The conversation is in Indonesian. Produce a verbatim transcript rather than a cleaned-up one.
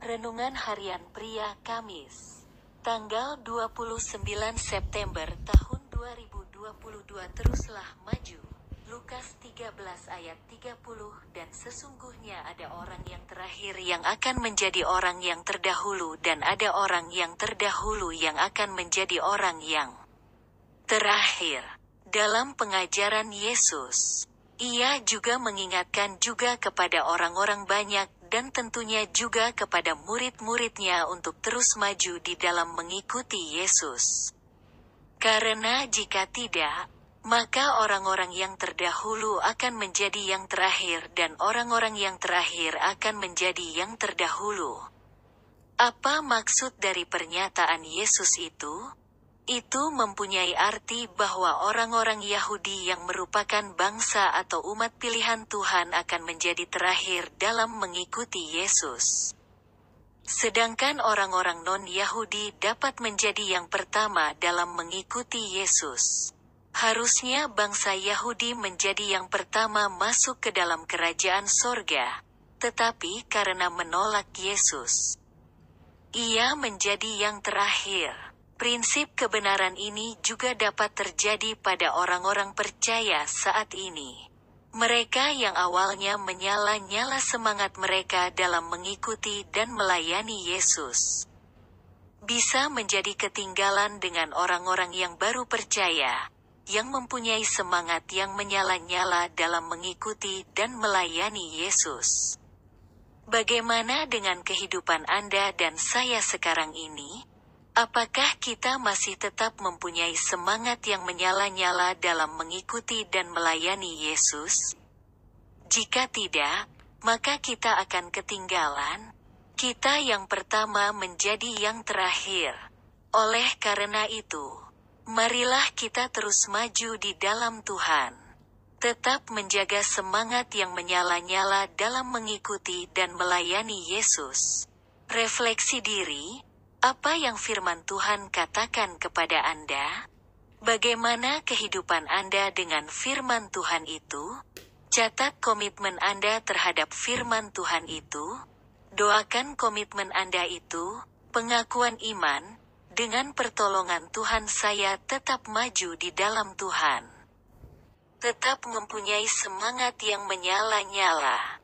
Renungan Harian Pria Kamis, tanggal dua puluh sembilan September tahun dua ribu dua puluh dua. Teruslah maju. Lukas tiga belas ayat tiga puluh. Dan sesungguhnya ada orang yang terakhir yang akan menjadi orang yang terdahulu, dan ada orang yang terdahulu yang akan menjadi orang yang terakhir. Dalam pengajaran Yesus, Ia juga mengingatkan juga kepada orang-orang banyak, dan tentunya juga kepada murid-muridnya untuk terus maju di dalam mengikuti Yesus. Karena jika tidak, maka orang-orang yang terdahulu akan menjadi yang terakhir, dan orang-orang yang terakhir akan menjadi yang terdahulu. Apa maksud dari pernyataan Yesus itu? Itu mempunyai arti bahwa orang-orang Yahudi yang merupakan bangsa atau umat pilihan Tuhan akan menjadi terakhir dalam mengikuti Yesus. Sedangkan orang-orang non-Yahudi dapat menjadi yang pertama dalam mengikuti Yesus. Harusnya bangsa Yahudi menjadi yang pertama masuk ke dalam kerajaan sorga. Tetapi karena menolak Yesus, Ia menjadi yang terakhir. Prinsip kebenaran ini juga dapat terjadi pada orang-orang percaya saat ini. Mereka yang awalnya menyala-nyala semangat mereka dalam mengikuti dan melayani Yesus, bisa menjadi ketinggalan dengan orang-orang yang baru percaya, yang mempunyai semangat yang menyala-nyala dalam mengikuti dan melayani Yesus. Bagaimana dengan kehidupan Anda dan saya sekarang ini? Apakah kita masih tetap mempunyai semangat yang menyala-nyala dalam mengikuti dan melayani Yesus? Jika tidak, maka kita akan ketinggalan. Kita yang pertama menjadi yang terakhir. Oleh karena itu, marilah kita terus maju di dalam Tuhan. Tetap menjaga semangat yang menyala-nyala dalam mengikuti dan melayani Yesus. Refleksi diri. Apa yang firman Tuhan katakan kepada Anda? Bagaimana kehidupan Anda dengan firman Tuhan itu? Catat komitmen Anda terhadap firman Tuhan itu. Doakan komitmen Anda itu, pengakuan iman, dengan pertolongan Tuhan saya tetap maju di dalam Tuhan. Tetap mempunyai semangat yang menyala-nyala.